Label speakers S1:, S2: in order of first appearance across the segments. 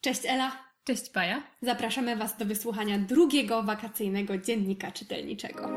S1: Cześć Ela.
S2: Cześć Paja.
S1: Zapraszamy Was do wysłuchania drugiego wakacyjnego dziennika czytelniczego.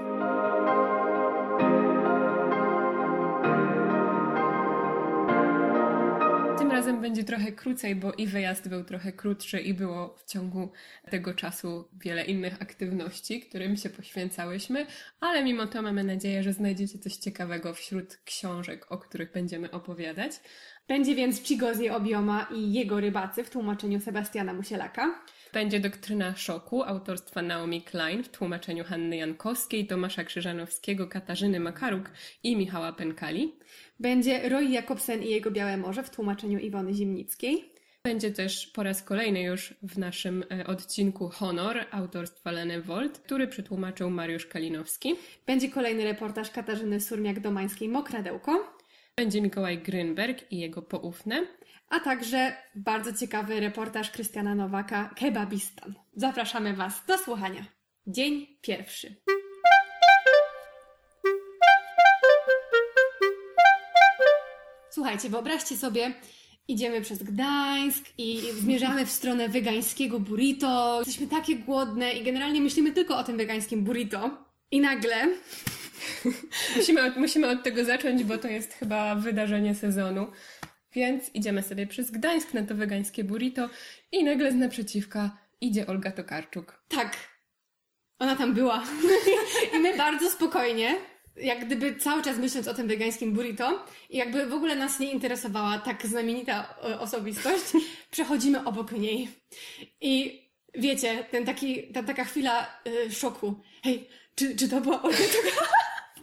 S2: Tym razem będzie trochę krócej, bo i wyjazd był trochę krótszy i było w ciągu tego czasu wiele innych aktywności, którym się poświęcałyśmy, ale mimo to mamy nadzieję, że znajdziecie coś ciekawego wśród książek, o których będziemy opowiadać.
S1: Będzie więc Chigozie Obioma i jego rybacy w tłumaczeniu Sebastiana Musielaka.
S2: Będzie Doktryna szoku autorstwa Naomi Klein w tłumaczeniu Hanny Jankowskiej, Tomasza Krzyżanowskiego, Katarzyny Makaruk i Michała Pękali.
S1: Będzie Roy Jakobsen i jego Białe Morze w tłumaczeniu Iwony Zimnickiej.
S2: Będzie też po raz kolejny już w naszym odcinku Honor autorstwa Leny Wolt, który przetłumaczył Mariusz Kalinowski.
S1: Będzie kolejny reportaż Katarzyny Surmiak-Domańskiej Mokradełko.
S2: Będzie Mikołaj Grynberg i jego Poufne.
S1: A także bardzo ciekawy reportaż Krystiana Nowaka Kebabistan. Zapraszamy Was do słuchania. Dzień pierwszy. Słuchajcie, wyobraźcie sobie, idziemy przez Gdańsk i zmierzamy w stronę wegańskiego burrito. Jesteśmy takie głodne i generalnie myślimy tylko o tym wegańskim burrito. I nagle...
S2: Musimy od tego zacząć, bo to jest chyba wydarzenie sezonu. Więc idziemy sobie przez Gdańsk na to wegańskie burrito i nagle z naprzeciwka idzie Olga Tokarczuk.
S1: Tak, ona tam była. I my bardzo spokojnie, jak gdyby cały czas myśląc o tym wegańskim burrito i jakby w ogóle nas nie interesowała tak znamienita osobistość, przechodzimy obok niej. I wiecie, ta taka chwila szoku. Hej, czy to była Olga Tokarczuk?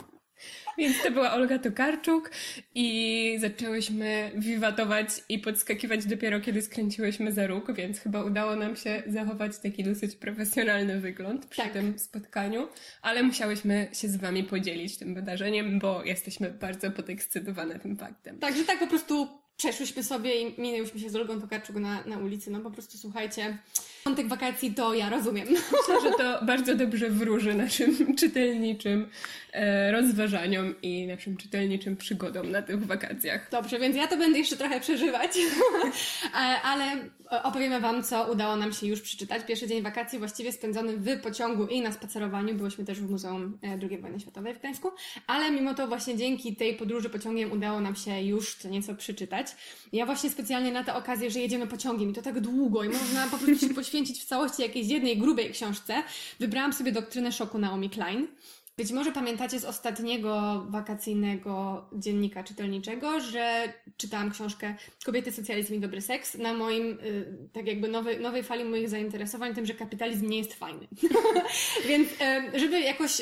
S2: Więc to była Olga Tokarczuk i zaczęłyśmy wiwatować i podskakiwać dopiero kiedy skręciłyśmy za róg, więc chyba udało nam się zachować taki dosyć profesjonalny wygląd przy tym spotkaniu, ale musiałyśmy się z Wami podzielić tym wydarzeniem, bo jesteśmy bardzo podekscytowane tym faktem.
S1: Także tak po prostu przeszłyśmy sobie i minęłyśmy się z Olgą Tokarczuk na ulicy. No po prostu słuchajcie, początek wakacji to ja rozumiem.
S2: Myślę, że to bardzo dobrze wróży naszym czytelniczym rozważaniom i naszym czytelniczym przygodom na tych wakacjach.
S1: Dobrze, więc ja to będę jeszcze trochę przeżywać, ale opowiemy Wam, co udało nam się już przeczytać. Pierwszy dzień wakacji właściwie spędzony w pociągu i na spacerowaniu. Byłyśmy też w Muzeum II Wojny Światowej w Gdańsku, ale mimo to właśnie dzięki tej podróży pociągiem udało nam się już co nieco przeczytać. Ja właśnie specjalnie na tę okazję, że jedziemy pociągiem i to tak długo i można po prostu się poświęcić w całości jakiejś jednej grubej książce, wybrałam sobie Doktrynę szoku Naomi Klein. Być może pamiętacie z ostatniego wakacyjnego dziennika czytelniczego, że czytałam książkę Kobiety, socjalizm i dobry seks na moim, tak jakby nowej fali moich zainteresowań tym, że kapitalizm nie jest fajny. Więc żeby jakoś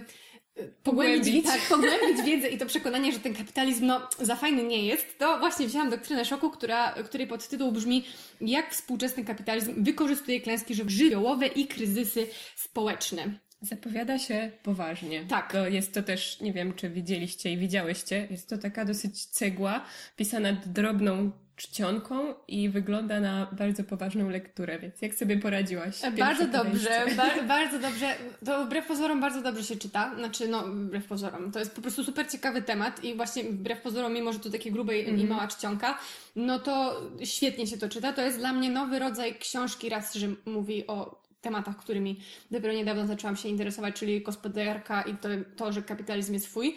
S1: pogłębić wiedzę i to przekonanie, że ten kapitalizm za fajny nie jest, to właśnie wzięłam Doktrynę szoku, której podtytuł brzmi: Jak współczesny kapitalizm wykorzystuje klęski żywiołowe i kryzysy społeczne.
S2: Zapowiada się poważnie.
S1: Tak.
S2: Jest to też, nie wiem, czy widzieliście i widziałyście, jest to taka dosyć cegła, pisana drobną czcionką i wygląda na bardzo poważną lekturę, więc jak sobie poradziłaś?
S1: Bardzo dobrze, bardzo dobrze. To wbrew pozorom bardzo dobrze się czyta. Znaczy, wbrew pozorom. To jest po prostu super ciekawy temat i właśnie wbrew pozorom, mimo że to takie grube i mała czcionka, no to świetnie się to czyta. To jest dla mnie nowy rodzaj książki, raz, że mówi o tematach, którymi dopiero niedawno zaczęłam się interesować, czyli gospodarka i to że kapitalizm jest fuj.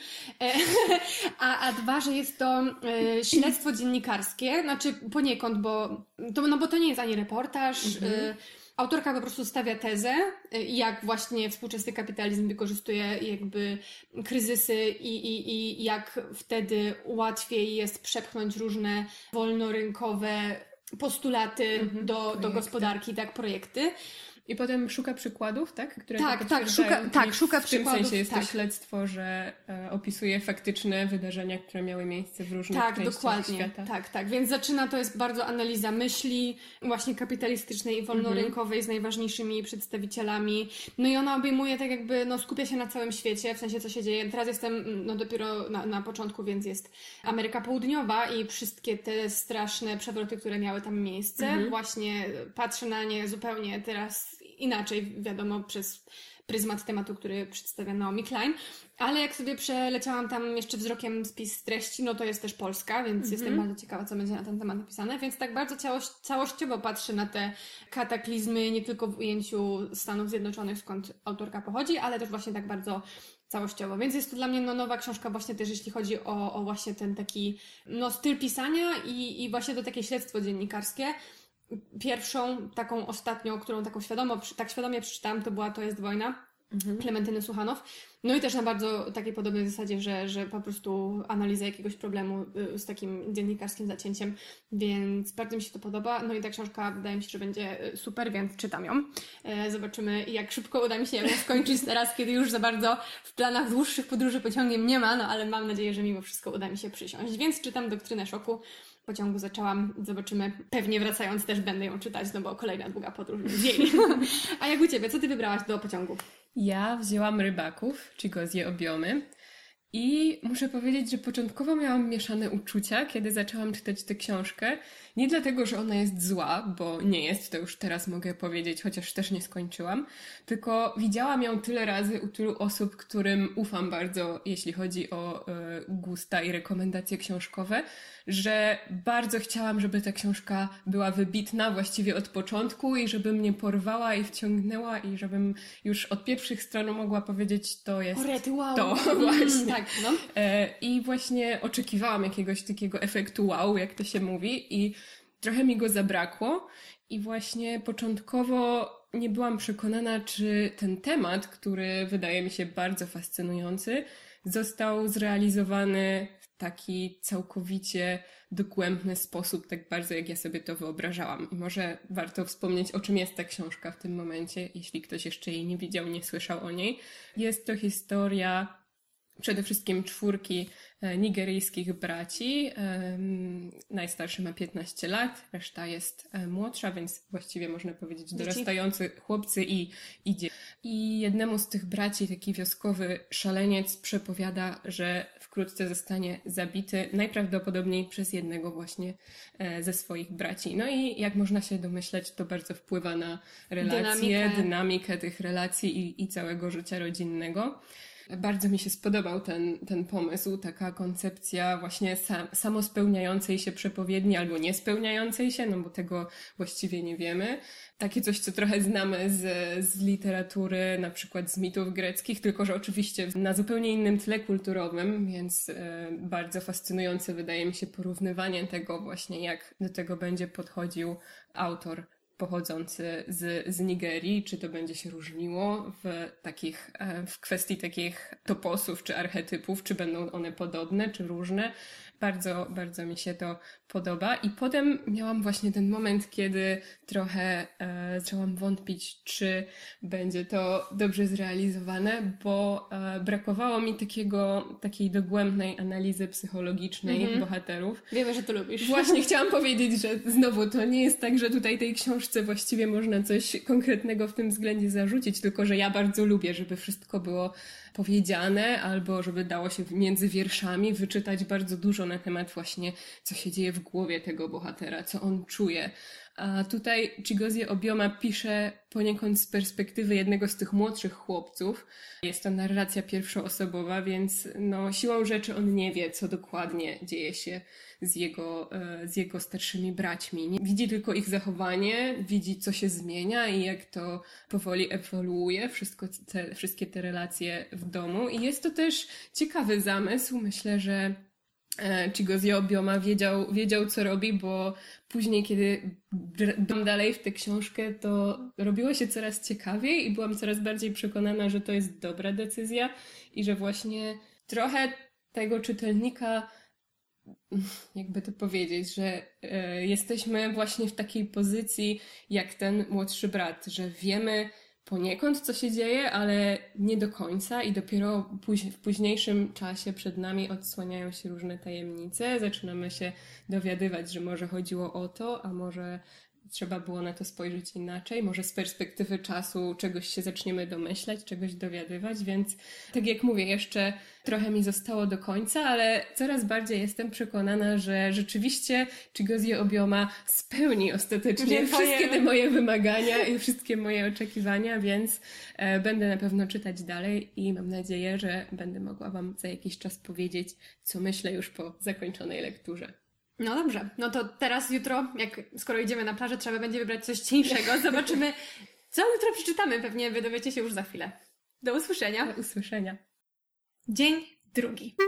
S1: A dwa, że jest to śledztwo dziennikarskie, znaczy poniekąd, bo to nie jest ani reportaż. Autorka po prostu stawia tezę, jak właśnie współczesny kapitalizm wykorzystuje jakby kryzysy i jak wtedy łatwiej jest przepchnąć różne wolnorynkowe postulaty do gospodarki, projekty.
S2: I potem szuka przykładów, tak? Które
S1: szuka
S2: w
S1: przykładów.
S2: W tym sensie jest to śledztwo, że opisuje faktyczne wydarzenia, które miały miejsce w różnych częściach świata.
S1: Tak. Więc to jest bardzo analiza myśli właśnie kapitalistycznej i wolnorynkowej z najważniejszymi przedstawicielami. No i ona obejmuje tak jakby, skupia się na całym świecie, w sensie co się dzieje. Teraz jestem dopiero na początku, więc jest Ameryka Południowa i wszystkie te straszne przewroty, które miały tam miejsce. Właśnie patrzę na nie zupełnie teraz inaczej, wiadomo, przez pryzmat tematu, który przedstawia Naomi Klein, ale jak sobie przeleciałam tam jeszcze wzrokiem spis treści, no to jest też Polska, więc jestem bardzo ciekawa, co będzie na ten temat napisane, więc tak bardzo całościowo patrzę na te kataklizmy, nie tylko w ujęciu Stanów Zjednoczonych, skąd autorka pochodzi, ale też właśnie tak bardzo całościowo, więc jest to dla mnie nowa książka właśnie też, jeśli chodzi o właśnie ten taki styl pisania i właśnie to takie śledztwo dziennikarskie. Pierwszą, taką ostatnią, którą tak świadomie przeczytałam, To jest wojna, Klementyny Suchanow. No i też na bardzo takiej podobnej zasadzie, że po prostu analiza jakiegoś problemu z takim dziennikarskim zacięciem, więc bardzo mi się to podoba. No i ta książka wydaje mi się, że będzie super, więc czytam ją. Zobaczymy, jak szybko uda mi się ją skończyć teraz, kiedy już za bardzo w planach dłuższych podróży pociągiem nie ma, no ale mam nadzieję, że mimo wszystko uda mi się przysiąść. Więc czytam Doktrynę Szoku. Pociągu zaczęłam, zobaczymy. Pewnie wracając też będę ją czytać, no bo kolejna długa podróż z jej. A jak u Ciebie? Co Ty wybrałaś do pociągu?
S2: Ja wzięłam Rybaków, Chigozie Obiomy. I muszę powiedzieć, że początkowo miałam mieszane uczucia, kiedy zaczęłam czytać tę książkę. Nie dlatego, że ona jest zła, bo nie jest, to już teraz mogę powiedzieć, chociaż też nie skończyłam. Tylko widziałam ją tyle razy u tylu osób, którym ufam bardzo, jeśli chodzi o gusta i rekomendacje książkowe, że bardzo chciałam, żeby ta książka była wybitna właściwie od początku i żeby mnie porwała i wciągnęła i żebym już od pierwszych stron mogła powiedzieć, to jest to właśnie.
S1: Tak, no.
S2: I właśnie oczekiwałam jakiegoś takiego efektu wow, jak to się mówi, i trochę mi go zabrakło. I właśnie początkowo nie byłam przekonana, czy ten temat, który wydaje mi się bardzo fascynujący, został zrealizowany w taki całkowicie dogłębny sposób, tak bardzo jak ja sobie to wyobrażałam. I może warto wspomnieć, o czym jest ta książka w tym momencie, jeśli ktoś jeszcze jej nie widział, nie słyszał o niej. Jest to historia przede wszystkim 4 nigeryjskich braci. Najstarszy ma 15 lat, reszta jest młodsza, więc właściwie można powiedzieć dorastający chłopcy i dzieci. I jednemu z tych braci, taki wioskowy szaleniec, przepowiada, że wkrótce zostanie zabity, najprawdopodobniej przez jednego właśnie ze swoich braci. No i jak można się domyśleć, to bardzo wpływa na relacje, dynamikę tych relacji i całego życia rodzinnego. Bardzo mi się spodobał ten pomysł, taka koncepcja właśnie samospełniającej się przepowiedni albo niespełniającej się, no bo tego właściwie nie wiemy. Takie coś, co trochę znamy z literatury, na przykład z mitów greckich, tylko że oczywiście na zupełnie innym tle kulturowym, więc bardzo fascynujące wydaje mi się porównywanie tego właśnie, jak do tego będzie podchodził autor pochodzący z Nigerii, czy to będzie się różniło w kwestii takich toposów czy archetypów, czy będą one podobne, czy różne. Bardzo, bardzo mi się to podoba. I potem miałam właśnie ten moment, kiedy trochę zaczęłam wątpić, czy będzie to dobrze zrealizowane, bo brakowało mi takiej dogłębnej analizy psychologicznej bohaterów.
S1: Wiemy, że to lubisz.
S2: Właśnie chciałam powiedzieć, że znowu to nie jest tak, że tutaj tej książce właściwie można coś konkretnego w tym względzie zarzucić, tylko że ja bardzo lubię, żeby wszystko było powiedziane, albo żeby dało się między wierszami wyczytać bardzo dużo na temat właśnie, co się dzieje w głowie tego bohatera, co on czuje. A tutaj Chigozie Obioma pisze poniekąd z perspektywy jednego z tych młodszych chłopców. Jest to narracja pierwszoosobowa, więc siłą rzeczy on nie wie, co dokładnie dzieje się z jego starszymi braćmi. Widzi tylko ich zachowanie, widzi, co się zmienia i jak to powoli ewoluuje, wszystkie te relacje w domu. I jest to też ciekawy zamysł. Myślę, że Chigozie Obioma wiedział, co robi, bo później, kiedy byłam dalej w tę książkę, to robiło się coraz ciekawiej i byłam coraz bardziej przekonana, że to jest dobra decyzja i że właśnie trochę tego czytelnika, jakby to powiedzieć, że jesteśmy właśnie w takiej pozycji jak ten młodszy brat, że wiemy poniekąd, co się dzieje, ale nie do końca i dopiero w późniejszym czasie przed nami odsłaniają się różne tajemnice. Zaczynamy się dowiadywać, że może chodziło o to, a może trzeba było na to spojrzeć inaczej. Może z perspektywy czasu czegoś się zaczniemy domyślać, czegoś dowiadywać, więc tak jak mówię, jeszcze trochę mi zostało do końca, ale coraz bardziej jestem przekonana, że rzeczywiście Chigozie Obioma spełni ostatecznie wszystkie te moje wymagania i wszystkie moje oczekiwania, więc będę na pewno czytać dalej i mam nadzieję, że będę mogła Wam za jakiś czas powiedzieć, co myślę już po zakończonej lekturze.
S1: No dobrze, no to teraz jutro, skoro idziemy na plażę, trzeba będzie wybrać coś cieńszego. Zobaczymy, co jutro przeczytamy. Pewnie wy dowiecie się już za chwilę. Do usłyszenia.
S2: Do usłyszenia.
S1: Dzień drugi.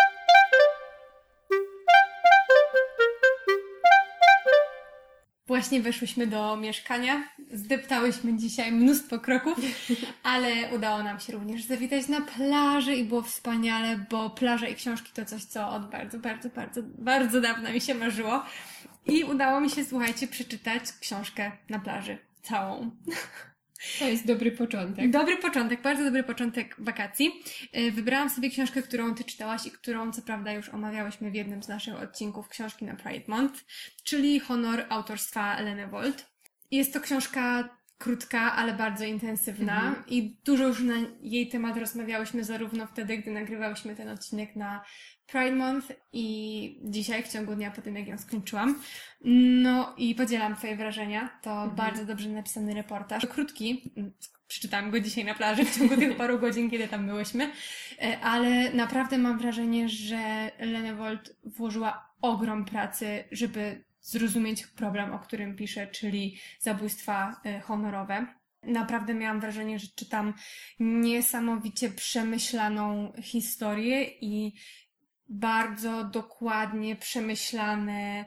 S1: Właśnie weszłyśmy do mieszkania, zdeptałyśmy dzisiaj mnóstwo kroków, ale udało nam się również zawitać na plaży i było wspaniale, bo plaża i książki to coś, co od bardzo dawna mi się marzyło. I udało mi się, słuchajcie, przeczytać książkę na plaży. Całą.
S2: To jest dobry początek.
S1: Dobry początek, bardzo dobry początek wakacji. Wybrałam sobie książkę, którą Ty czytałaś i którą co prawda już omawiałyśmy w jednym z naszych odcinków książki na Pride Month, czyli Honor autorstwa Leny Vold. Jest to książka krótka, ale bardzo intensywna i dużo już na jej temat rozmawiałyśmy zarówno wtedy, gdy nagrywałyśmy ten odcinek na Pride Month i dzisiaj w ciągu dnia po tym, jak ją skończyłam. No i podzielam Twoje wrażenia. To bardzo dobrze napisany reportaż. Krótki, przeczytałam go dzisiaj na plaży w ciągu tych paru godzin, kiedy tam byłyśmy, ale naprawdę mam wrażenie, że Lena Vold włożyła ogrom pracy, żeby zrozumieć problem, o którym pisze, czyli zabójstwa honorowe. Naprawdę miałam wrażenie, że czytam niesamowicie przemyślaną historię i bardzo dokładnie przemyślane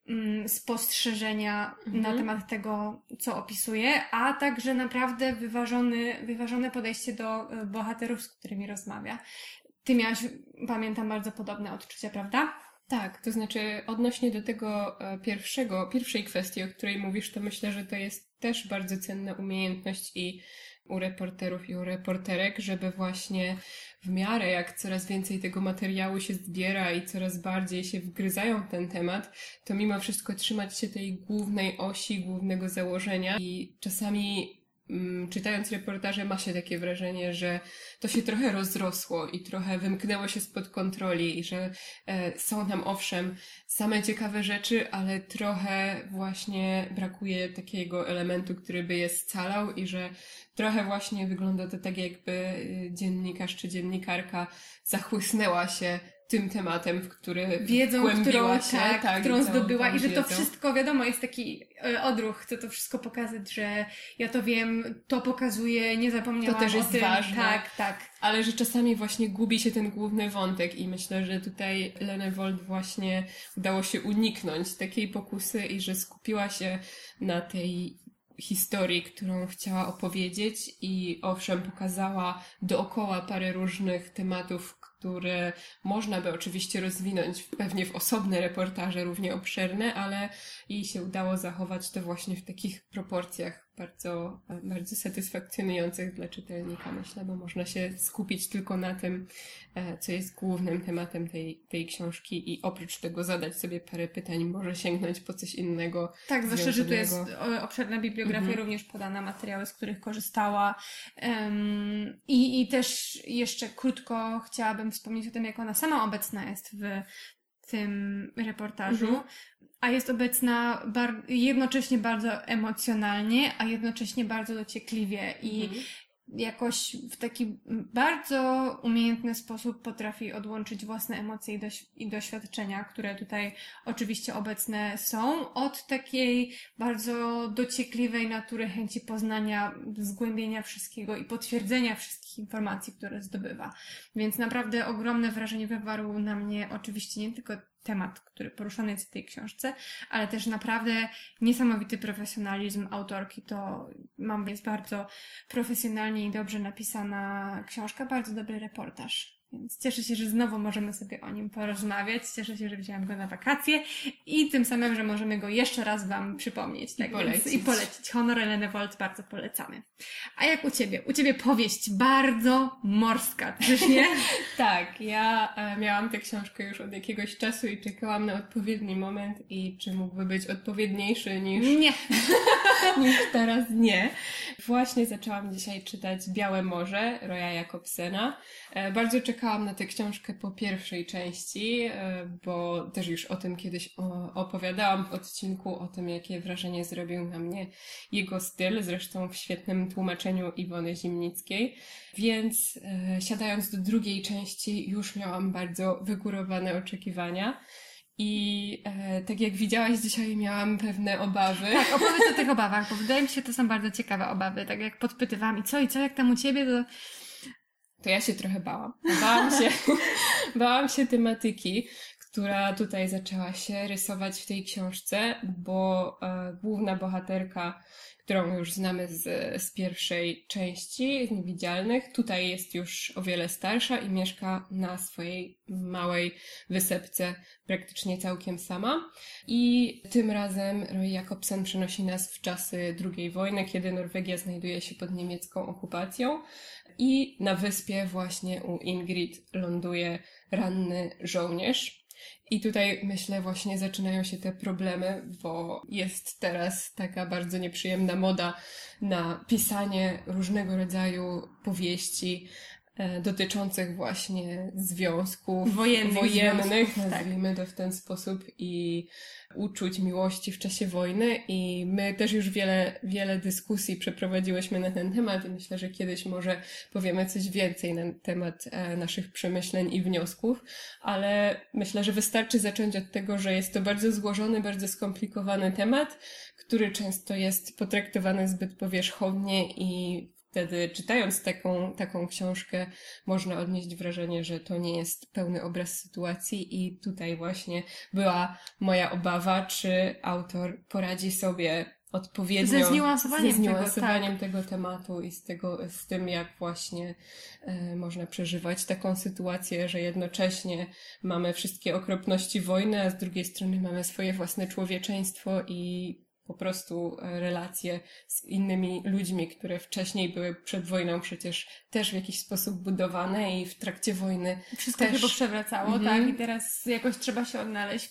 S1: spostrzeżenia na temat tego, co opisuje, a także naprawdę wyważone podejście do bohaterów, z którymi rozmawia. Ty miałaś, pamiętam, bardzo podobne odczucia, prawda?
S2: Tak, to znaczy odnośnie do tego pierwszej kwestii, o której mówisz, to myślę, że to jest też bardzo cenna umiejętność i u reporterów i u reporterek, żeby właśnie w miarę jak coraz więcej tego materiału się zbiera i coraz bardziej się wgryzają w ten temat, to mimo wszystko trzymać się tej głównej osi, głównego założenia i czasami czytając reportaże ma się takie wrażenie, że to się trochę rozrosło i trochę wymknęło się spod kontroli i że są tam owszem same ciekawe rzeczy, ale trochę właśnie brakuje takiego elementu, który by je scalał i że trochę właśnie wygląda to tak, jakby dziennikarz czy dziennikarka zachłysnęła się tym tematem, w który
S1: wiedzą, którą zdobyła i że
S2: wiedzą.
S1: To wszystko, wiadomo, jest taki odruch, chcę to wszystko pokazać, że ja to wiem, to pokazuje, nie zapomniałam o tym.
S2: To też jest ważne.
S1: Tak.
S2: Ale że czasami właśnie gubi się ten główny wątek i myślę, że tutaj Lenie Vold właśnie udało się uniknąć takiej pokusy i że skupiła się na tej historii, którą chciała opowiedzieć i owszem pokazała dookoła parę różnych tematów, które można by oczywiście rozwinąć pewnie w osobne reportaże równie obszerne, ale jej się udało zachować to właśnie w takich proporcjach bardzo, bardzo satysfakcjonujących dla czytelnika, myślę, bo można się skupić tylko na tym, co jest głównym tematem tej książki i oprócz tego zadać sobie parę pytań, może sięgnąć po coś innego.
S1: Tak, zwłaszcza, że tu jest obszerna bibliografia, również podana materiały, z których korzystała. I też jeszcze krótko chciałabym wspomnieć o tym, jak ona sama obecna jest w tym reportażu, a jest obecna jednocześnie bardzo emocjonalnie, a jednocześnie bardzo dociekliwie i jakoś w taki bardzo umiejętny sposób potrafi odłączyć własne emocje i doświadczenia, które tutaj oczywiście obecne są, od takiej bardzo dociekliwej natury chęci poznania, zgłębienia wszystkiego i potwierdzenia wszystkich informacji, które zdobywa. Więc naprawdę ogromne wrażenie wywarł na mnie oczywiście nie tylko temat, który poruszany jest w tej książce, ale też naprawdę niesamowity profesjonalizm autorki. To jest bardzo profesjonalnie i dobrze napisana książka, bardzo dobry reportaż.
S3: Więc cieszę się, że znowu możemy sobie o nim porozmawiać. Cieszę się, że wzięłam go na wakacje i tym samym, że możemy go jeszcze raz Wam przypomnieć. Tak? I polecić. Honor Eleny Wold bardzo polecamy. A jak u Ciebie? U Ciebie powieść bardzo morska, czyż nie?
S2: Tak, ja miałam tę książkę już od jakiegoś czasu i czekałam na odpowiedni moment i czy mógłby być odpowiedniejszy niż...
S3: Nie.
S2: niż teraz nie. Właśnie zaczęłam dzisiaj czytać Białe Morze Roya Jakobsena. Bardzo czekałam na tę książkę po pierwszej części, bo też już o tym kiedyś opowiadałam w odcinku, o tym, jakie wrażenie zrobił na mnie jego styl, zresztą w świetnym tłumaczeniu Iwony Zimnickiej. Więc siadając do drugiej części już miałam bardzo wygórowane oczekiwania. I tak jak widziałaś dzisiaj, miałam pewne obawy.
S3: Tak, opowiedz o tych obawach, bo wydaje mi się, że to są bardzo ciekawe obawy. Tak jak podpytywałam i co, jak tam u Ciebie,
S2: To ja się trochę bałam. Bałam się tematyki, która tutaj zaczęła się rysować w tej książce, bo główna bohaterka, którą już znamy z pierwszej części, z Niewidzialnych, tutaj jest już o wiele starsza i mieszka na swojej małej wysepce praktycznie całkiem sama. I tym razem Roy Jakobsen przenosi nas w czasy II wojny, kiedy Norwegia znajduje się pod niemiecką okupacją i na wyspie właśnie u Ingrid ląduje ranny żołnierz. I tutaj myślę właśnie zaczynają się te problemy, bo jest teraz taka bardzo nieprzyjemna moda na pisanie różnego rodzaju powieści dotyczących właśnie związków wojennych, nazwijmy to w ten sposób, i uczuć miłości w czasie wojny. I my też już wiele dyskusji przeprowadziłyśmy na ten temat i myślę, że kiedyś może powiemy coś więcej na temat naszych przemyśleń i wniosków, ale myślę, że wystarczy zacząć od tego, że jest to bardzo złożony, bardzo skomplikowany temat, który często jest potraktowany zbyt powierzchownie i wtedy czytając taką książkę można odnieść wrażenie, że to nie jest pełny obraz sytuacji i tutaj właśnie była moja obawa, czy autor poradzi sobie odpowiednio
S3: ze zniuansowaniem
S2: tego tematu i z tym, jak właśnie można przeżywać taką sytuację, że jednocześnie mamy wszystkie okropności wojny, a z drugiej strony mamy swoje własne człowieczeństwo i po prostu relacje z innymi ludźmi, które wcześniej były przed wojną przecież też w jakiś sposób budowane i w trakcie wojny
S3: wszystko
S2: też
S3: się poprzewracało, tak? I teraz jakoś trzeba się odnaleźć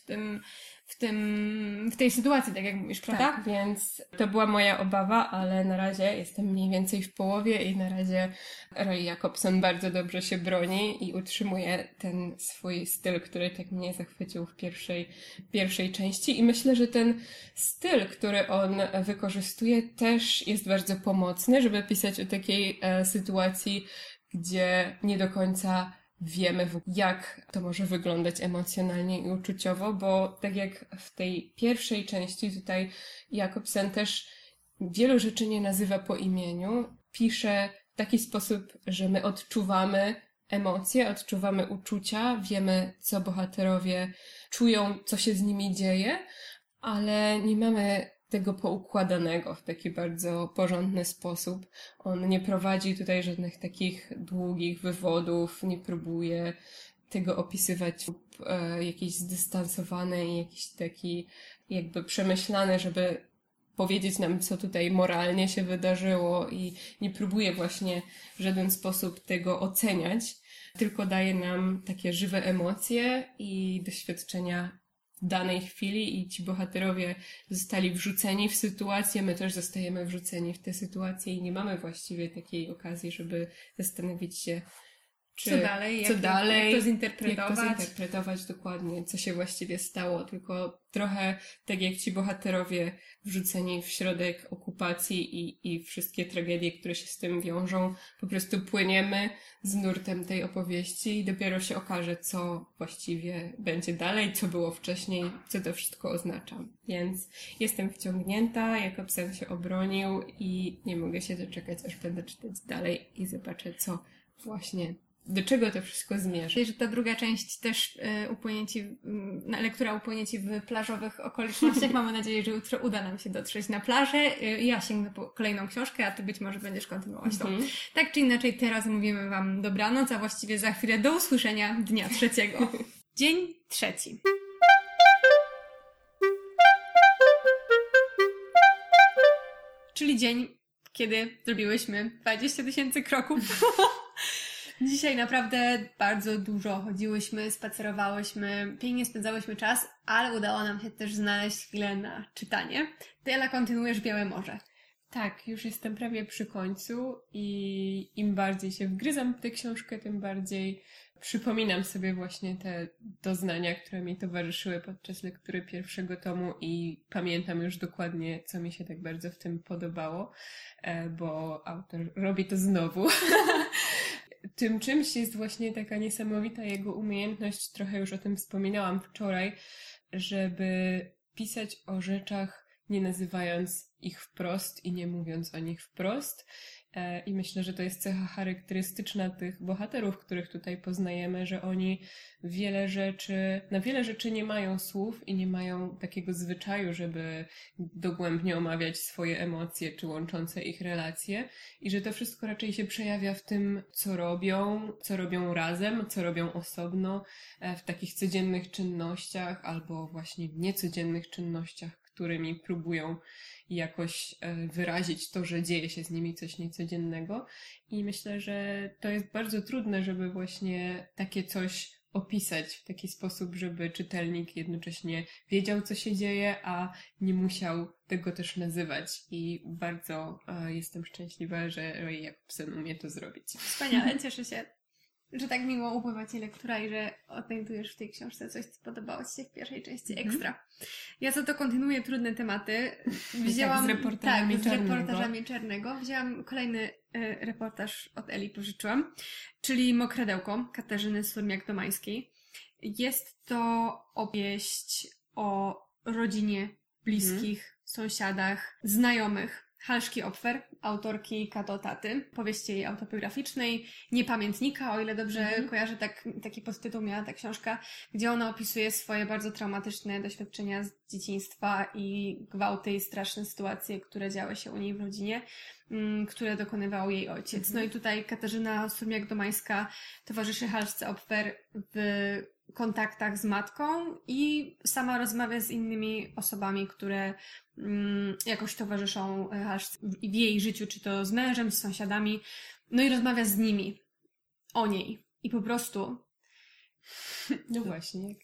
S3: w tej sytuacji, tak jak mówisz, prawda?
S2: Tak, więc to była moja obawa, ale na razie jestem mniej więcej w połowie i na razie Roy Jakobsen bardzo dobrze się broni i utrzymuje ten swój styl, który tak mnie zachwycił w pierwszej części i myślę, że ten styl, który on wykorzystuje, też jest bardzo pomocny, żeby pisać o takiej sytuacji, gdzie nie do końca wiemy, jak to może wyglądać emocjonalnie i uczuciowo, bo tak jak w tej pierwszej części tutaj Jakobsen też wielu rzeczy nie nazywa po imieniu, pisze w taki sposób, że my odczuwamy emocje, odczuwamy uczucia, wiemy, co bohaterowie czują, co się z nimi dzieje, ale nie mamy tego poukładanego w taki bardzo porządny sposób. On nie prowadzi tutaj żadnych takich długich wywodów, nie próbuje tego opisywać jakiś zdystansowany i jakiś taki jakby przemyślany, żeby powiedzieć nam, co tutaj moralnie się wydarzyło i nie próbuje właśnie w żaden sposób tego oceniać, tylko daje nam takie żywe emocje i doświadczenia w danej chwili i ci bohaterowie zostali wrzuceni w sytuację, my też zostajemy wrzuceni w tę sytuację i nie mamy właściwie takiej okazji, żeby zastanowić się,
S3: co dalej, jak to zinterpretować
S2: dokładnie, co się właściwie stało, tylko trochę tak jak ci bohaterowie wrzuceni w środek okupacji i wszystkie tragedie, które się z tym wiążą, po prostu płyniemy z nurtem tej opowieści i dopiero się okaże, co właściwie będzie dalej, co było wcześniej, co to wszystko oznacza. Więc jestem wciągnięta, Jakobsen się obronił i nie mogę się doczekać, aż będę czytać dalej i zobaczę, co właśnie do czego to wszystko zmierza.
S3: Że ta druga część też lektura upłynie Ci w plażowych okolicznościach. Mamy nadzieję, że jutro uda nam się dotrzeć na plażę. Ja sięgnę po kolejną książkę, a Ty być może będziesz kontynuować tą. Tak czy inaczej, teraz mówimy Wam dobranoc, a właściwie za chwilę do usłyszenia dnia 3. Dzień 3. Czyli dzień, kiedy zrobiłyśmy 20 000 kroków. Dzisiaj naprawdę bardzo dużo chodziłyśmy, spacerowałyśmy, pięknie spędzałyśmy czas, ale udało nam się też znaleźć chwilę na czytanie. Ty, Ela, kontynuujesz Białe Morze.
S2: Tak, już jestem prawie przy końcu i im bardziej się wgryzam w tę książkę, tym bardziej przypominam sobie właśnie te doznania, które mi towarzyszyły podczas lektury pierwszego tomu i pamiętam już dokładnie, co mi się tak bardzo w tym podobało, bo autor robi to znowu. Tym czymś jest właśnie taka niesamowita jego umiejętność, trochę już o tym wspominałam wczoraj, żeby pisać o rzeczach nie nazywając ich wprost i nie mówiąc o nich wprost. I myślę, że to jest cecha charakterystyczna tych bohaterów, których tutaj poznajemy, że oni na wiele rzeczy nie mają słów i nie mają takiego zwyczaju, żeby dogłębnie omawiać swoje emocje czy łączące ich relacje i że to wszystko raczej się przejawia w tym, co robią razem, co robią osobno, w takich codziennych czynnościach albo właśnie niecodziennych czynnościach, którymi próbują jakoś wyrazić to, że dzieje się z nimi coś niecodziennego. I myślę, że to jest bardzo trudne, żeby właśnie takie coś opisać w taki sposób, żeby czytelnik jednocześnie wiedział, co się dzieje, a nie musiał tego też nazywać. I bardzo jestem szczęśliwa, że Roy Jakobsen umie to zrobić.
S1: Wspaniale, cieszę się, że tak miło upływa Ci lektura i że odnajdujesz w tej książce coś, co podobało Ci się w pierwszej części ekstra. Ja za to kontynuuję trudne tematy. Wzięłam,
S2: z reportażami
S1: Czarnego. Wzięłam kolejny reportaż od Eli, pożyczyłam, czyli Mokredełko Katarzyny Surmiak-Domańskiej. Jest to opowieść o rodzinie, bliskich, sąsiadach, znajomych Halszki Opfer, autorki Kato Taty, powieści jej autobiograficznej, Niepamiętnika, o ile dobrze kojarzę, taki podtytuł miała ta książka, gdzie ona opisuje swoje bardzo traumatyczne doświadczenia z dzieciństwa i gwałty i straszne sytuacje, które działy się u niej w rodzinie, które dokonywał jej ojciec. No i tutaj Katarzyna Surmiak-Domańska towarzyszy Halszce Opfer w kontaktach z matką i sama rozmawia z innymi osobami, które jakoś towarzyszą w jej życiu, czy to z mężem, z sąsiadami, no i rozmawia z nimi o niej. I po prostu...
S2: No właśnie.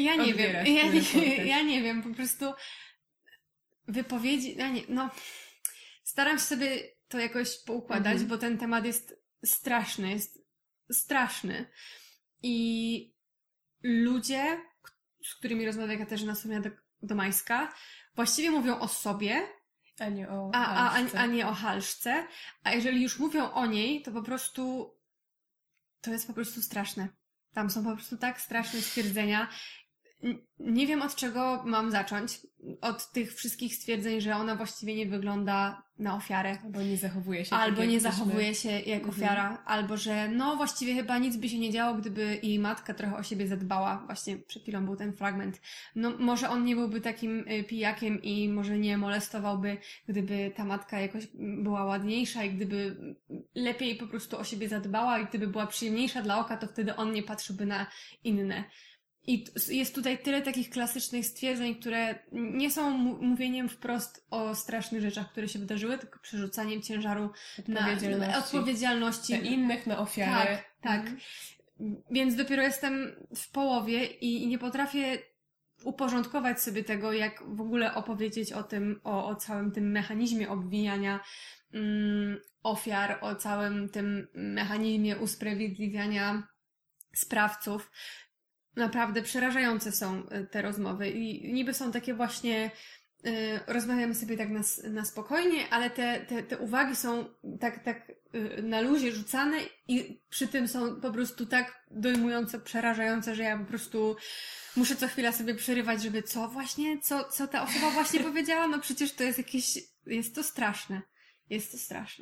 S1: Ja nie wiem, po prostu wypowiedzi... Staram się sobie to jakoś poukładać, bo ten temat jest straszny. I ludzie, z którymi rozmawia Katarzyna Surmiak-Domańska, właściwie mówią o sobie, a nie o Halszce. A jeżeli już mówią o niej, to to jest po prostu straszne. Tam są po prostu tak straszne stwierdzenia. Nie wiem, od czego mam zacząć. Od tych wszystkich stwierdzeń, że ona właściwie nie wygląda na ofiarę.
S2: Albo nie zachowuje
S1: się jak ofiara. Albo że właściwie chyba nic by się nie działo, gdyby jej matka trochę o siebie zadbała. Właśnie przed chwilą był ten fragment. Może on nie byłby takim pijakiem i może nie molestowałby, gdyby ta matka jakoś była ładniejsza i gdyby lepiej po prostu o siebie zadbała i gdyby była przyjemniejsza dla oka, to wtedy on nie patrzyłby na inne. I jest tutaj tyle takich klasycznych stwierdzeń, które nie są mówieniem wprost o strasznych rzeczach, które się wydarzyły, tylko przerzucaniem ciężaru odpowiedzialności.
S2: Na innych, na ofiarę.
S1: Tak. Więc dopiero jestem w połowie i nie potrafię uporządkować sobie tego, jak w ogóle opowiedzieć o tym, o całym tym mechanizmie obwiniania ofiar, o całym tym mechanizmie usprawiedliwiania sprawców. Naprawdę przerażające są te rozmowy i niby są takie właśnie, rozmawiamy sobie tak na spokojnie, ale te uwagi są tak na luzie rzucane i przy tym są po prostu tak dojmująco przerażające, że ja po prostu muszę co chwila sobie przerywać, żeby co ta osoba właśnie powiedziała, no przecież to jest jest to straszne. Jest to straszne.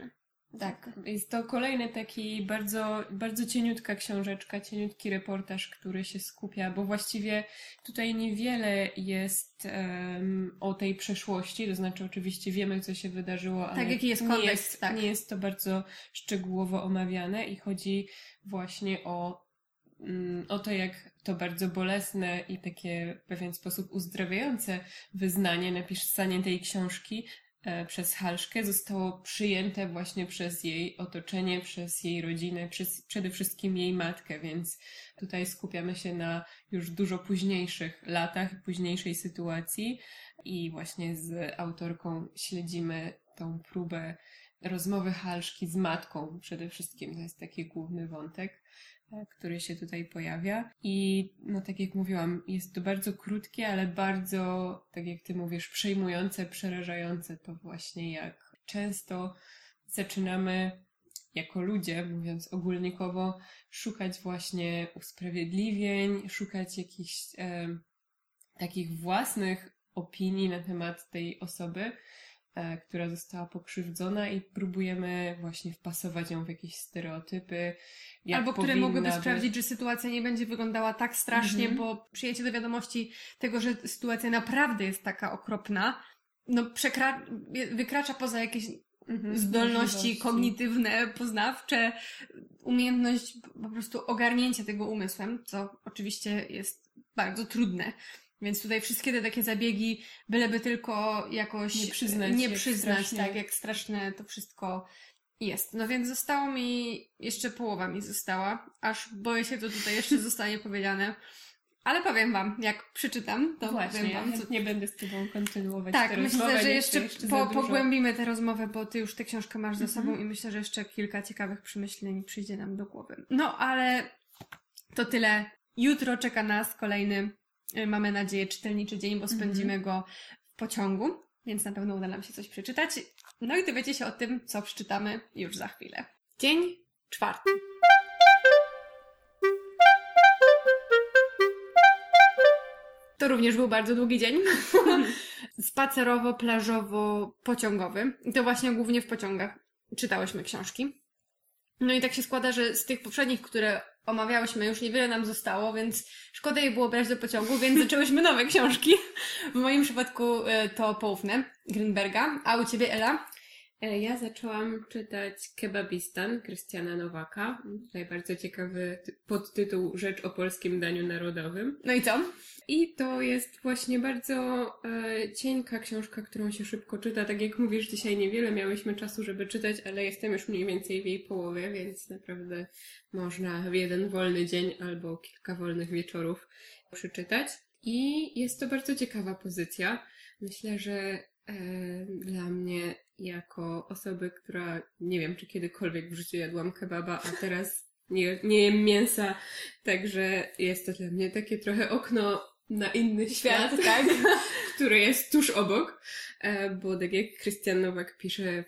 S2: Tak, jest to kolejny taki bardzo, bardzo cieniutka książeczka, cieniutki reportaż, który się skupia, bo właściwie tutaj niewiele jest o tej przeszłości, to znaczy oczywiście wiemy, co się wydarzyło, ale
S1: jaki jest kontekst,
S2: nie jest to bardzo szczegółowo omawiane i chodzi właśnie o to, jak to bardzo bolesne i takie w pewien sposób uzdrawiające wyznanie, napisanie tej książki przez Halszkę zostało przyjęte właśnie przez jej otoczenie, przez jej rodzinę, przede wszystkim jej matkę, więc tutaj skupiamy się na już dużo późniejszych latach, późniejszej sytuacji i właśnie z autorką śledzimy tą próbę rozmowy Halszki z matką przede wszystkim. To jest taki główny wątek, który się tutaj pojawia. I no tak jak mówiłam, jest to bardzo krótkie, ale bardzo, tak jak ty mówisz, przejmujące, przerażające to właśnie, jak często zaczynamy jako ludzie, mówiąc ogólnikowo, szukać właśnie usprawiedliwień, szukać jakichś takich własnych opinii na temat tej osoby, która została pokrzywdzona i próbujemy właśnie wpasować ją w jakieś stereotypy.
S1: Albo które mogłyby sprawdzić, że sytuacja nie będzie wyglądała tak strasznie, bo przyjęcie do wiadomości tego, że sytuacja naprawdę jest taka okropna, no wykracza poza jakieś zdolności kognitywne, poznawcze, umiejętność po prostu ogarnięcia tego umysłem, co oczywiście jest bardzo trudne. Więc tutaj wszystkie te takie zabiegi, byleby tylko jakoś nie przyznać jak straszne to wszystko jest. No więc zostało mi, jeszcze połowa mi została, aż boję się, to tutaj jeszcze zostanie powiedziane. Ale powiem wam, jak przeczytam, to
S2: właśnie,
S1: powiem wam.
S2: Nie będę z tobą kontynuować
S1: tę rozmowę. Tak, myślę, że jeszcze pogłębimy tę rozmowę, bo ty już tę książkę masz za sobą i myślę, że jeszcze kilka ciekawych przemyśleń przyjdzie nam do głowy. No, ale to tyle. Jutro czeka nas kolejny, mamy nadzieję, czytelniczy dzień, bo spędzimy go w pociągu, więc na pewno uda nam się coś przeczytać. No i dowiecie się o tym, co przeczytamy już za chwilę. Dzień 4. To również był bardzo długi dzień. Spacerowo-plażowo-pociągowy. I to właśnie głównie w pociągach czytałyśmy książki. No i tak się składa, że z tych poprzednich, które omawiałyśmy, już niewiele nam zostało, więc szkoda je było brać do pociągu, więc zaczęłyśmy nowe książki. W moim przypadku to Poufne Grünberga. A u ciebie, Ela?
S2: Ja zaczęłam czytać Kebabistan Krystiana Nowaka. Tutaj bardzo ciekawy podtytuł Rzecz o polskim daniu narodowym.
S1: No i co?
S2: I to jest właśnie bardzo cienka książka, którą się szybko czyta. Tak jak mówisz, dzisiaj niewiele miałyśmy czasu, żeby czytać, ale jestem już mniej więcej w jej połowie, więc naprawdę można w jeden wolny dzień albo kilka wolnych wieczorów przeczytać. I jest to bardzo ciekawa pozycja. Myślę, że dla mnie jako osoby, która nie wiem, czy kiedykolwiek w życiu jadłam kebaba, a teraz nie jem mięsa, także jest to dla mnie takie trochę okno na inny świat,
S1: tak?
S2: który jest tuż obok, bo tak jak Krystian Nowak pisze,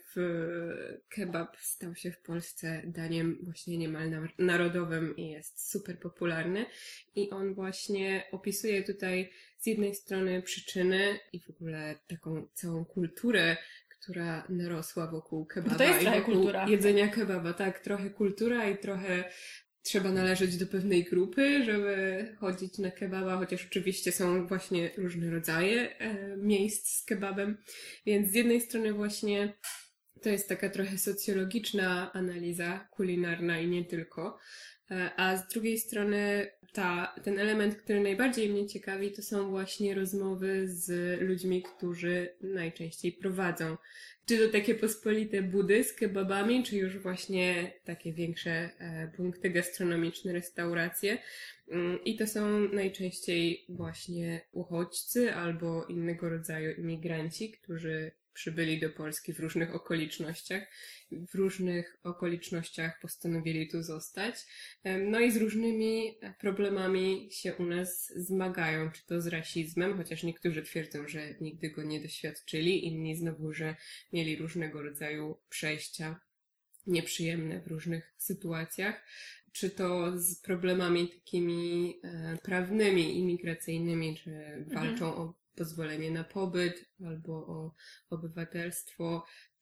S2: kebab stał się w Polsce daniem właśnie niemal narodowym i jest super popularny i on właśnie opisuje tutaj z jednej strony przyczyny i w ogóle taką całą kulturę, która narosła wokół kebaba
S1: to jest
S2: i wokół
S1: kultura.
S2: Jedzenia kebaba. Tak, trochę kultura i trochę trzeba należeć do pewnej grupy, żeby chodzić na kebaba, chociaż oczywiście są właśnie różne rodzaje miejsc z kebabem. Więc z jednej strony właśnie to jest taka trochę socjologiczna analiza kulinarna i nie tylko. A z drugiej strony ten element, który najbardziej mnie ciekawi, to są właśnie rozmowy z ludźmi, którzy najczęściej prowadzą. Czy to takie pospolite budy z kebabami, czy już właśnie takie większe punkty gastronomiczne, restauracje. I to są najczęściej właśnie uchodźcy albo innego rodzaju imigranci, którzy przybyli do Polski w różnych okolicznościach. W różnych okolicznościach postanowili tu zostać. No i z różnymi problemami się u nas zmagają, czy to z rasizmem, chociaż niektórzy twierdzą, że nigdy go nie doświadczyli, inni znowu, że mieli różnego rodzaju przejścia nieprzyjemne w różnych sytuacjach, czy to z problemami takimi prawnymi, imigracyjnymi, czy walczą o pozwolenie na pobyt albo o obywatelstwo.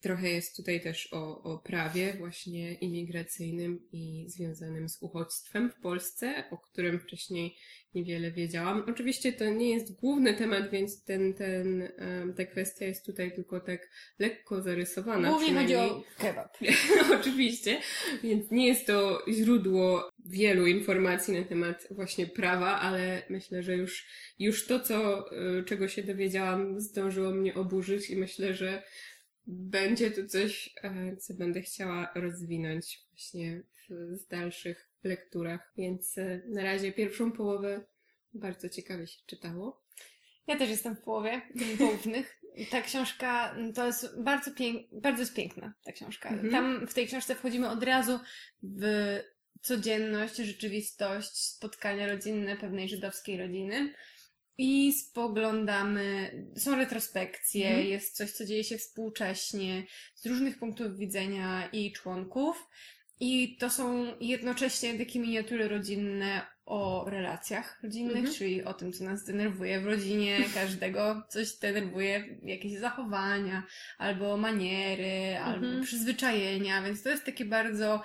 S2: trochę jest tutaj też o prawie właśnie imigracyjnym i związanym z uchodźstwem w Polsce, o którym wcześniej niewiele wiedziałam. Oczywiście to nie jest główny temat, więc ta kwestia jest tutaj tylko tak lekko zarysowana.
S1: Głównie chodzi o kebab.
S2: Oczywiście, więc nie jest to źródło wielu informacji na temat właśnie prawa, ale myślę, że już to, czego się dowiedziałam, zdążyło mnie oburzyć i myślę, że będzie to coś, co będę chciała rozwinąć właśnie w dalszych lekturach, więc na razie pierwszą połowę bardzo ciekawie się czytało.
S1: Ja też jestem w połowie poufnych. Ta książka to jest bardzo jest piękna, ta książka. Tam w tej książce wchodzimy od razu w codzienność, rzeczywistość, spotkania rodzinne pewnej żydowskiej rodziny. I spoglądamy, są retrospekcje, jest coś, co dzieje się współcześnie, z różnych punktów widzenia i członków. I to są jednocześnie takie miniatury rodzinne o relacjach rodzinnych, czyli o tym, co nas denerwuje w rodzinie każdego, coś denerwuje, jakieś zachowania, albo maniery, albo przyzwyczajenia, więc to jest takie bardzo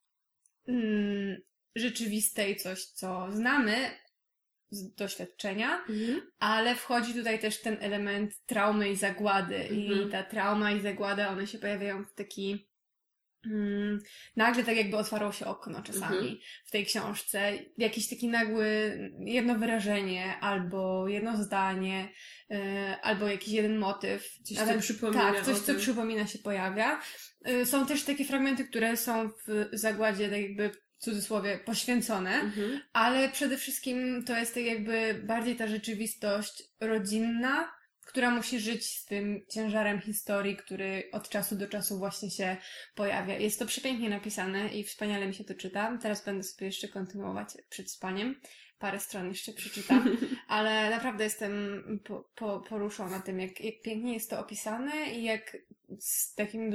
S1: rzeczywiste i coś, co znamy z doświadczenia, ale wchodzi tutaj też ten element traumy i zagłady i ta trauma i zagłada, one się pojawiają w taki nagle tak jakby otwarło się okno czasami w tej książce, jakiś taki nagły jedno wyrażenie, albo jedno zdanie, albo jakiś jeden motyw.
S2: Coś, co przypomina.
S1: Tak, coś, co przypomina się pojawia. Są też takie fragmenty, które są w zagładzie tak jakby w cudzysłowie poświęcone, ale przede wszystkim to jest tak jakby bardziej ta rzeczywistość rodzinna, która musi żyć z tym ciężarem historii, który od czasu do czasu właśnie się pojawia. Jest to przepięknie napisane i wspaniale mi się to czyta. Teraz będę sobie jeszcze kontynuować przed spaniem. Parę stron jeszcze przeczytam, ale naprawdę jestem poruszona tym, jak pięknie jest to opisane i jak z takim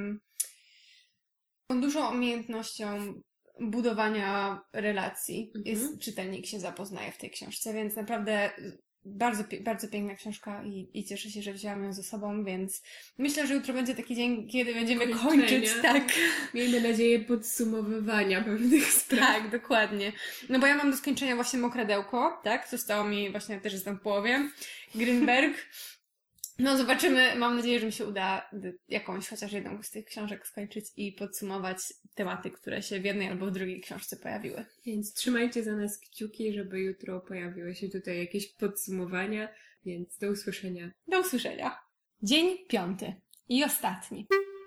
S1: dużą umiejętnością budowania relacji czytelnik się zapoznaje w tej książce, więc naprawdę bardzo, bardzo piękna książka i cieszę się, że wzięłam ją ze sobą, więc myślę, że jutro będzie taki dzień, kiedy będziemy kończyć, tak.
S2: Miejmy nadzieję podsumowywania pewnych spraw.
S1: Tak, dokładnie. No bo ja mam do skończenia właśnie Mokradełko, tak? Zostało mi właśnie, też jestem w połowie. Grünberg. No zobaczymy, mam nadzieję, że mi się uda jakąś, chociaż jedną z tych książek skończyć i podsumować tematy, które się w jednej albo w drugiej książce pojawiły.
S2: Więc trzymajcie za nas kciuki, żeby jutro pojawiły się tutaj jakieś podsumowania, więc do usłyszenia.
S1: Do usłyszenia. Dzień 5 i ostatni.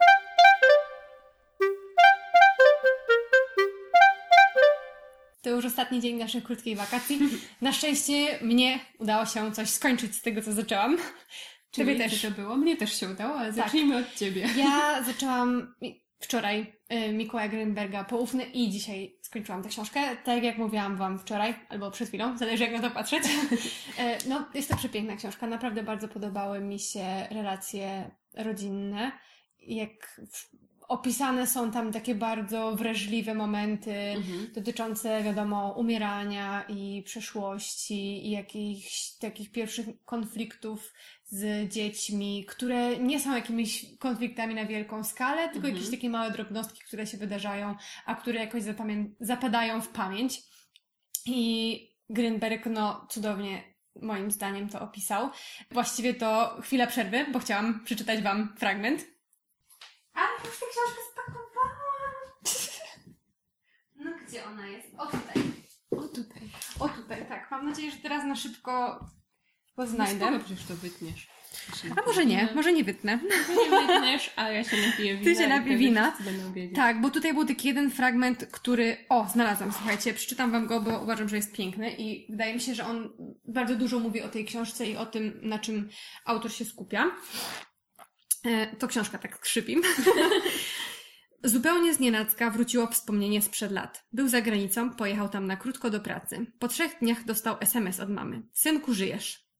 S1: To już ostatni dzień naszych krótkich wakacji. Na szczęście mnie udało się coś skończyć z tego, co zaczęłam.
S2: Ciebie też to było? Mnie też się udało, ale zacznijmy od Ciebie.
S1: Ja zaczęłam wczoraj Mikołaja Grünberga Poufny i dzisiaj skończyłam tę książkę. Tak jak mówiłam Wam wczoraj, albo przed chwilą, zależy jak na to patrzeć. No, jest to przepiękna książka. Naprawdę bardzo podobały mi się relacje rodzinne. Jak opisane są tam takie bardzo wrażliwe momenty dotyczące, wiadomo, umierania i przeszłości i jakichś takich pierwszych konfliktów z dziećmi, które nie są jakimiś konfliktami na wielką skalę, tylko jakieś takie małe drobnostki, które się wydarzają, a które jakoś zapadają w pamięć. I Grünberg, no, cudownie moim zdaniem to opisał. Właściwie to chwila przerwy, bo chciałam przeczytać Wam fragment. Ale już tę książkę spakowałam. No gdzie ona jest? O tutaj.
S2: O tutaj.
S1: O tutaj, tak. Mam nadzieję, że teraz na szybko go znajdę.
S2: No przecież to wytniesz.
S1: A może nie wytnę.
S2: Nie wytniesz, a ja się napiję wina.
S1: Ty się napij wina.
S2: Będą
S1: tak, bo tutaj był taki jeden fragment, który... O, znalazłam, słuchajcie, przeczytam Wam go, bo uważam, że jest piękny i wydaje mi się, że on bardzo dużo mówi o tej książce i o tym, na czym autor się skupia. To książka tak skrzypi. Zupełnie znienacka wróciło wspomnienie sprzed lat. Był za granicą, pojechał tam na krótko do pracy. Po 3 dniach dostał SMS od mamy. Synku, żyjesz.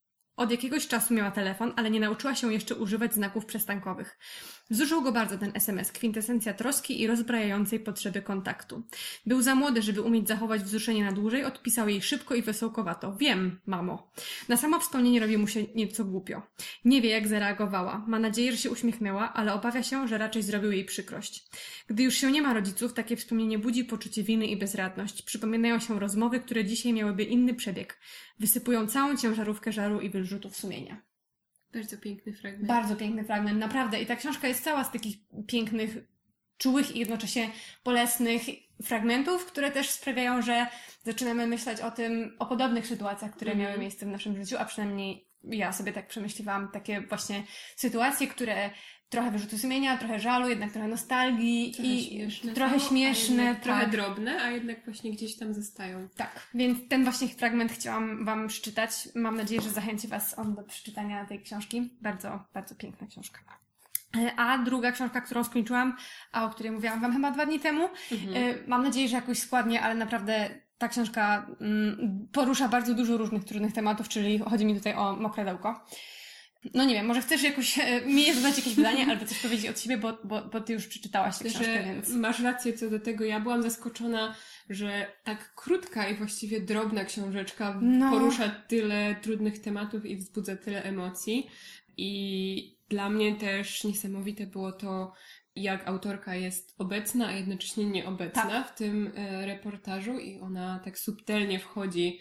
S3: Od jakiegoś czasu miała telefon, ale nie nauczyła się jeszcze używać znaków przestankowych. Wzruszył go bardzo ten SMS, kwintesencja troski i rozbrajającej potrzeby kontaktu. Był za młody, żeby umieć zachować wzruszenie na dłużej, odpisał jej szybko i wesołkowato. Wiem, mamo. Na samo wspomnienie robi mu się nieco głupio. Nie wie, jak zareagowała. Ma nadzieję, że się uśmiechnęła, ale obawia się, że raczej zrobił jej przykrość. Gdy już się nie ma rodziców, takie wspomnienie budzi poczucie winy i bezradność. Przypominają się rozmowy, które dzisiaj miałyby inny przebieg. Wysypują całą ciężarówkę żaru i wyrzutów sumienia.
S2: Bardzo piękny fragment.
S3: Bardzo piękny fragment, naprawdę. I ta książka jest cała z takich pięknych, czułych i jednocześnie bolesnych fragmentów, które też sprawiają, że zaczynamy myśleć o podobnych sytuacjach, które miały miejsce w naszym życiu, a przynajmniej ja sobie tak przemyśliwałam takie właśnie sytuacje, które trochę wyrzutu sumienia, trochę żalu, jednak trochę nostalgii trochę śmieszne,
S2: trochę drobne, a jednak właśnie gdzieś tam zostają.
S3: Tak, więc ten właśnie fragment chciałam Wam przeczytać. Mam nadzieję, że zachęci Was on do przeczytania tej książki. Bardzo, bardzo piękna książka. A druga książka, którą skończyłam, a o której mówiłam Wam chyba 2 dni temu, mam nadzieję, że jakoś składnie, ale naprawdę ta książka porusza bardzo dużo różnych trudnych tematów, czyli chodzi mi tutaj o Mokredełko. No nie wiem, może chcesz jakoś mi zadać jakieś pytanie albo coś powiedzieć od siebie, bo Ty już przeczytałaś tę książkę, więc...
S2: Masz rację co do tego. Ja byłam zaskoczona, że tak krótka i właściwie drobna książeczka porusza tyle trudnych tematów i wzbudza tyle emocji. I dla mnie też niesamowite było to, jak autorka jest obecna, a jednocześnie nieobecna w tym reportażu i ona tak subtelnie wchodzi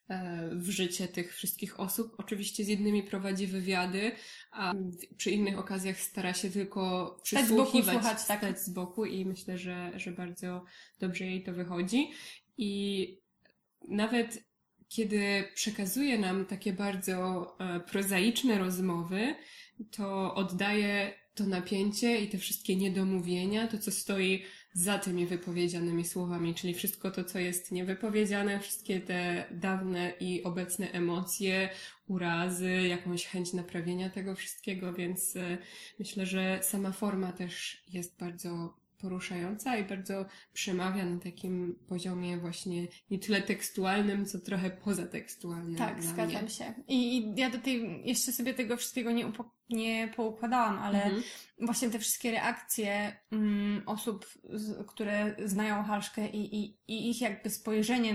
S2: w życie tych wszystkich osób. Oczywiście z jednymi prowadzi wywiady, a przy innych okazjach stara się tylko przysłuchiwać, stać z boku i myślę, że bardzo dobrze jej to wychodzi. I nawet kiedy przekazuje nam takie bardzo prozaiczne rozmowy, to oddaje to napięcie i te wszystkie niedomówienia, to co stoi za tymi wypowiedzianymi słowami, czyli wszystko to, co jest niewypowiedziane, wszystkie te dawne i obecne emocje, urazy, jakąś chęć naprawienia tego wszystkiego, więc myślę, że sama forma też jest bardzo poruszająca i bardzo przemawia na takim poziomie właśnie nie tyle tekstualnym, co trochę pozatekstualnym.
S3: Tak, zgadzam się. I ja do tej jeszcze sobie tego wszystkiego nie poukładałam, ale właśnie te wszystkie reakcje osób, które znają Halszkę i ich jakby spojrzenie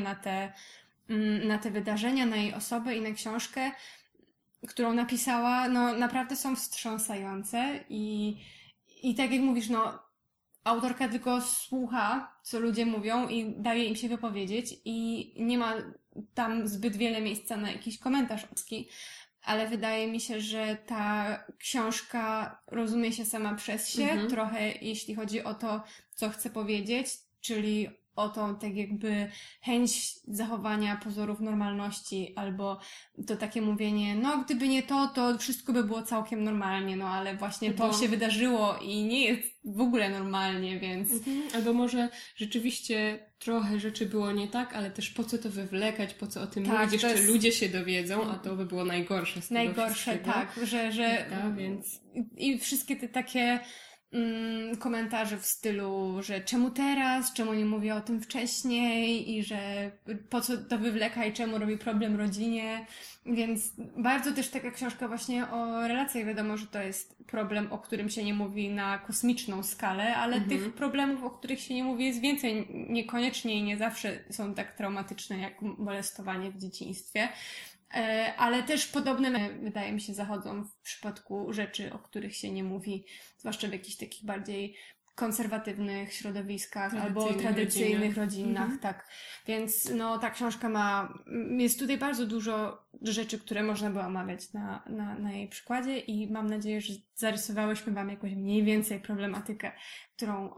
S3: na te wydarzenia, na jej osobę i na książkę, którą napisała, no naprawdę są wstrząsające i tak jak mówisz, no autorka tylko słucha, co ludzie mówią i daje im się wypowiedzieć i nie ma tam zbyt wiele miejsca na jakiś komentarz ludzki, ale wydaje mi się, że ta książka rozumie się sama przez się, trochę jeśli chodzi o to, co chce powiedzieć, czyli o tą tak jakby chęć zachowania pozorów normalności, albo to takie mówienie, no gdyby nie to wszystko by było całkiem normalnie, no ale właśnie to się wydarzyło i nie jest w ogóle normalnie, więc...
S2: Albo może rzeczywiście trochę rzeczy było nie tak, ale też po co to wywlekać, po co o tym mówić, jeszcze ludzie się dowiedzą, a to by było najgorsze z tego
S3: najgorsze, tak, że
S2: więc...
S3: I wszystkie te takie komentarze w stylu, że czemu teraz, czemu nie mówię o tym wcześniej i że po co to wywleka i czemu robi problem rodzinie, więc bardzo też taka książka właśnie o relacjach, wiadomo, że to jest problem, o którym się nie mówi na kosmiczną skalę, ale tych problemów, o których się nie mówi jest więcej, niekoniecznie i nie zawsze są tak traumatyczne jak molestowanie w dzieciństwie. Ale też podobne, wydaje mi się, zachodzą w przypadku rzeczy, o których się nie mówi, zwłaszcza w jakichś takich bardziej konserwatywnych środowiskach albo tradycyjnych rodzinach, tak. Więc no ta książka jest tutaj bardzo dużo rzeczy, które można by omawiać na jej przykładzie i mam nadzieję, że zarysowałyśmy Wam jakoś mniej więcej problematykę, którą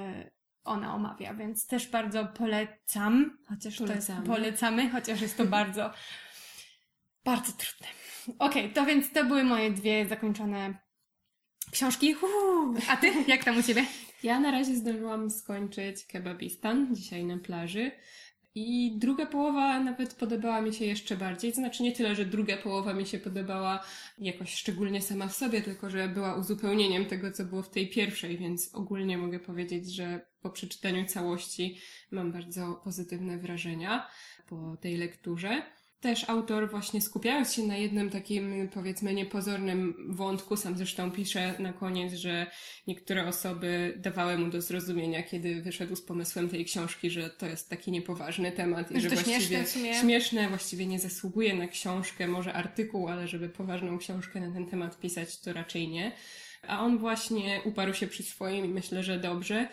S3: ona omawia, więc też bardzo polecamy, chociaż jest to bardzo bardzo trudne. Okej, to więc to były moje 2 zakończone książki. A Ty? Jak tam u Ciebie?
S2: Ja na razie zdążyłam skończyć Kebabistan dzisiaj na plaży i druga połowa nawet podobała mi się jeszcze bardziej. To znaczy nie tyle, że druga połowa mi się podobała jakoś szczególnie sama w sobie, tylko że była uzupełnieniem tego, co było w tej pierwszej, więc ogólnie mogę powiedzieć, że po przeczytaniu całości mam bardzo pozytywne wrażenia po tej lekturze. też autor właśnie skupiając się na jednym takim, powiedzmy, niepozornym wątku, sam zresztą pisze na koniec, że niektóre osoby dawały mu do zrozumienia, kiedy wyszedł z pomysłem tej książki, że to jest taki niepoważny temat i że właściwie śmieszne, właściwie nie zasługuje na książkę, może artykuł, ale żeby poważną książkę na ten temat pisać, to raczej nie. A on właśnie uparł się przy swoim i myślę, że dobrze.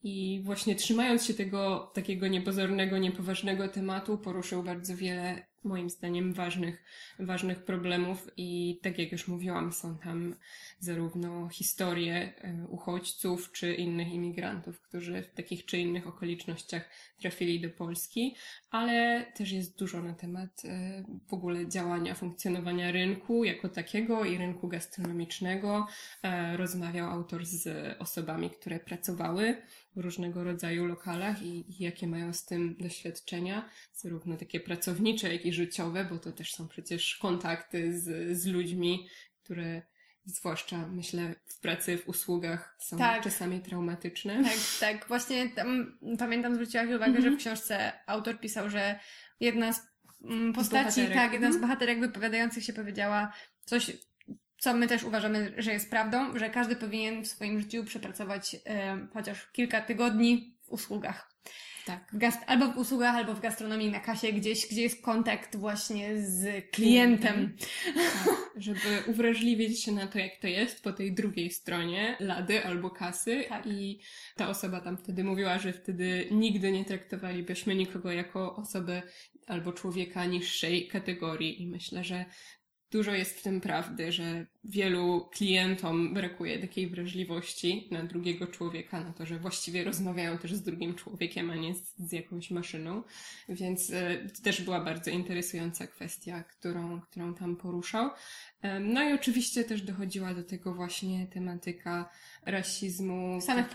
S2: I właśnie trzymając się tego takiego niepozornego, niepoważnego tematu, poruszył bardzo wiele, moim zdaniem, ważnych problemów i tak jak już mówiłam, są tam zarówno historie uchodźców czy innych imigrantów, którzy w takich czy innych okolicznościach trafili do Polski, ale też jest dużo na temat w ogóle działania, funkcjonowania rynku jako takiego i rynku gastronomicznego. Rozmawiał autor z osobami, które pracowały w różnego rodzaju lokalach i jakie mają z tym doświadczenia, zarówno takie pracownicze, jak i życiowe, bo to też są przecież kontakty z ludźmi, które zwłaszcza, myślę, w pracy, w usługach są czasami traumatyczne.
S3: Tak. Właśnie tam, pamiętam, zwróciłaś uwagę, że w książce autor pisał, że jedna z postaci, jedna z bohaterek wypowiadających się powiedziała coś, co my też uważamy, że jest prawdą, że każdy powinien w swoim życiu przepracować chociaż kilka tygodni w usługach.
S2: Tak.
S3: Albo w usługach, albo w gastronomii na kasie gdzieś, gdzie jest kontakt właśnie z klientem.
S2: Tak, żeby uwrażliwić się na to, jak to jest po tej drugiej stronie lady albo kasy.
S3: Tak.
S2: I ta osoba tam wtedy mówiła, że wtedy nigdy nie traktowalibyśmy nikogo jako osobę albo człowieka niższej kategorii. I myślę, że dużo jest w tym prawdy, że wielu klientom brakuje takiej wrażliwości na drugiego człowieka, na to, że właściwie rozmawiają też z drugim człowiekiem, a nie z jakąś maszyną. Więc to też była bardzo interesująca kwestia, którą tam poruszał. No i oczywiście też dochodziła do tego właśnie tematyka rasizmu.
S3: Samych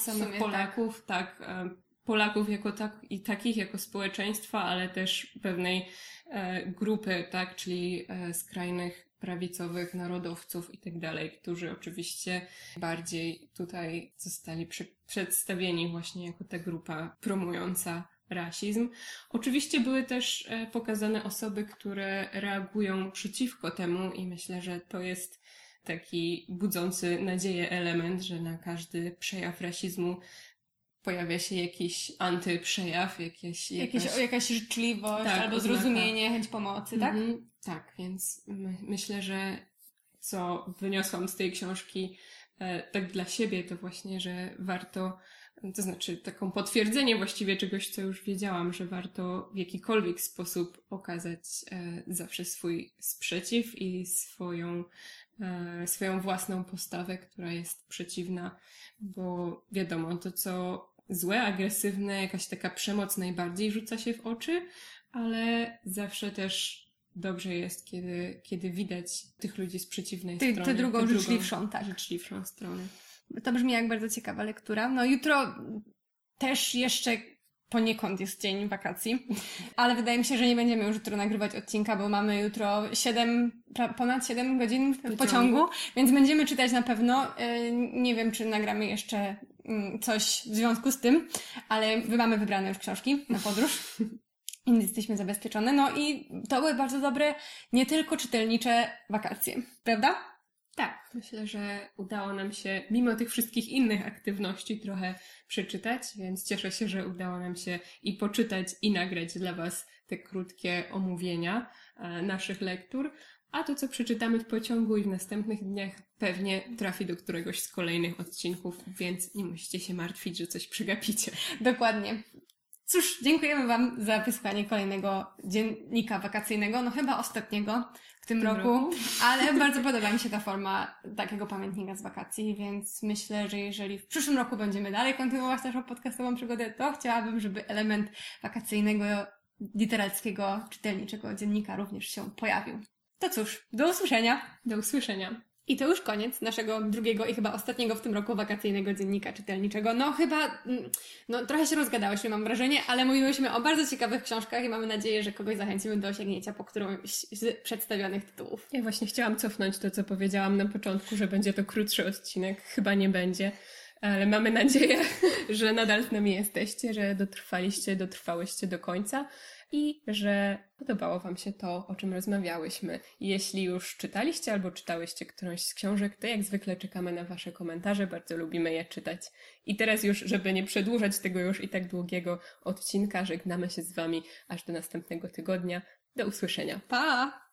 S3: Polaków,
S2: tak. Polaków jako takich, jako społeczeństwa, ale też pewnej grupy, tak, czyli skrajnych prawicowych narodowców i tak dalej, którzy oczywiście bardziej tutaj zostali przedstawieni właśnie jako ta grupa promująca rasizm. Oczywiście były też pokazane osoby, które reagują przeciwko temu i myślę, że to jest taki budzący nadzieję element, że na każdy przejaw rasizmu pojawia się jakiś antyprzejaw,
S3: jakaś życzliwość, albo zrozumienie, chęć pomocy, tak?
S2: Tak, więc myślę, że co wyniosłam z tej książki tak dla siebie, to właśnie, że warto, to znaczy taką potwierdzenie właściwie czegoś, co już wiedziałam, że warto w jakikolwiek sposób okazać zawsze swój sprzeciw i swoją własną postawę, która jest przeciwna, bo wiadomo, to co złe, agresywne, jakaś taka przemoc najbardziej rzuca się w oczy, ale zawsze też dobrze jest, kiedy widać tych ludzi z przeciwnej strony.
S3: Tę drugą życzliwszą, tak.
S2: Życzliwszą stronę.
S3: To brzmi jak bardzo ciekawa lektura. No jutro też jeszcze poniekąd jest dzień wakacji, ale wydaje mi się, że nie będziemy już jutro nagrywać odcinka, bo mamy jutro ponad 7 godzin w pociągu, więc będziemy czytać na pewno. Nie wiem, czy nagramy jeszcze coś w związku z tym, ale mamy wybrane już książki na podróż. Więc jesteśmy zabezpieczone. No i to były bardzo dobre, nie tylko czytelnicze wakacje. Prawda?
S2: Tak. Myślę, że udało nam się, mimo tych wszystkich innych aktywności, trochę przeczytać, więc cieszę się, że udało nam się i poczytać, i nagrać dla Was te krótkie omówienia naszych lektur. A to, co przeczytamy w pociągu i w następnych dniach, pewnie trafi do któregoś z kolejnych odcinków, więc nie musicie się martwić, że coś przegapicie.
S3: Dokładnie. Cóż, dziękujemy Wam za wysłuchanie kolejnego dziennika wakacyjnego, no chyba ostatniego w tym roku, ale bardzo podoba mi się ta forma takiego pamiętnika z wakacji, więc myślę, że jeżeli w przyszłym roku będziemy dalej kontynuować naszą podcastową przygodę, to chciałabym, żeby element wakacyjnego, literackiego, czytelniczego dziennika również się pojawił. To cóż, do usłyszenia!
S2: Do usłyszenia!
S3: I to już koniec naszego drugiego i chyba ostatniego w tym roku wakacyjnego dziennika czytelniczego. No chyba, trochę się rozgadałyśmy, mam wrażenie, ale mówiłyśmy o bardzo ciekawych książkach i mamy nadzieję, że kogoś zachęcimy do osiągnięcia po którąś z przedstawionych tytułów.
S2: Ja właśnie chciałam cofnąć to, co powiedziałam na początku, że będzie to krótszy odcinek. Chyba nie będzie. ale mamy nadzieję, że nadal z nami jesteście, że dotrwałyście do końca i że podobało Wam się to, o czym rozmawiałyśmy. Jeśli już czytaliście albo czytałyście którąś z książek, to jak zwykle czekamy na Wasze komentarze, bardzo lubimy je czytać. I teraz już, żeby nie przedłużać tego już i tak długiego odcinka, żegnamy się z Wami aż do następnego tygodnia. Do usłyszenia.
S1: Pa!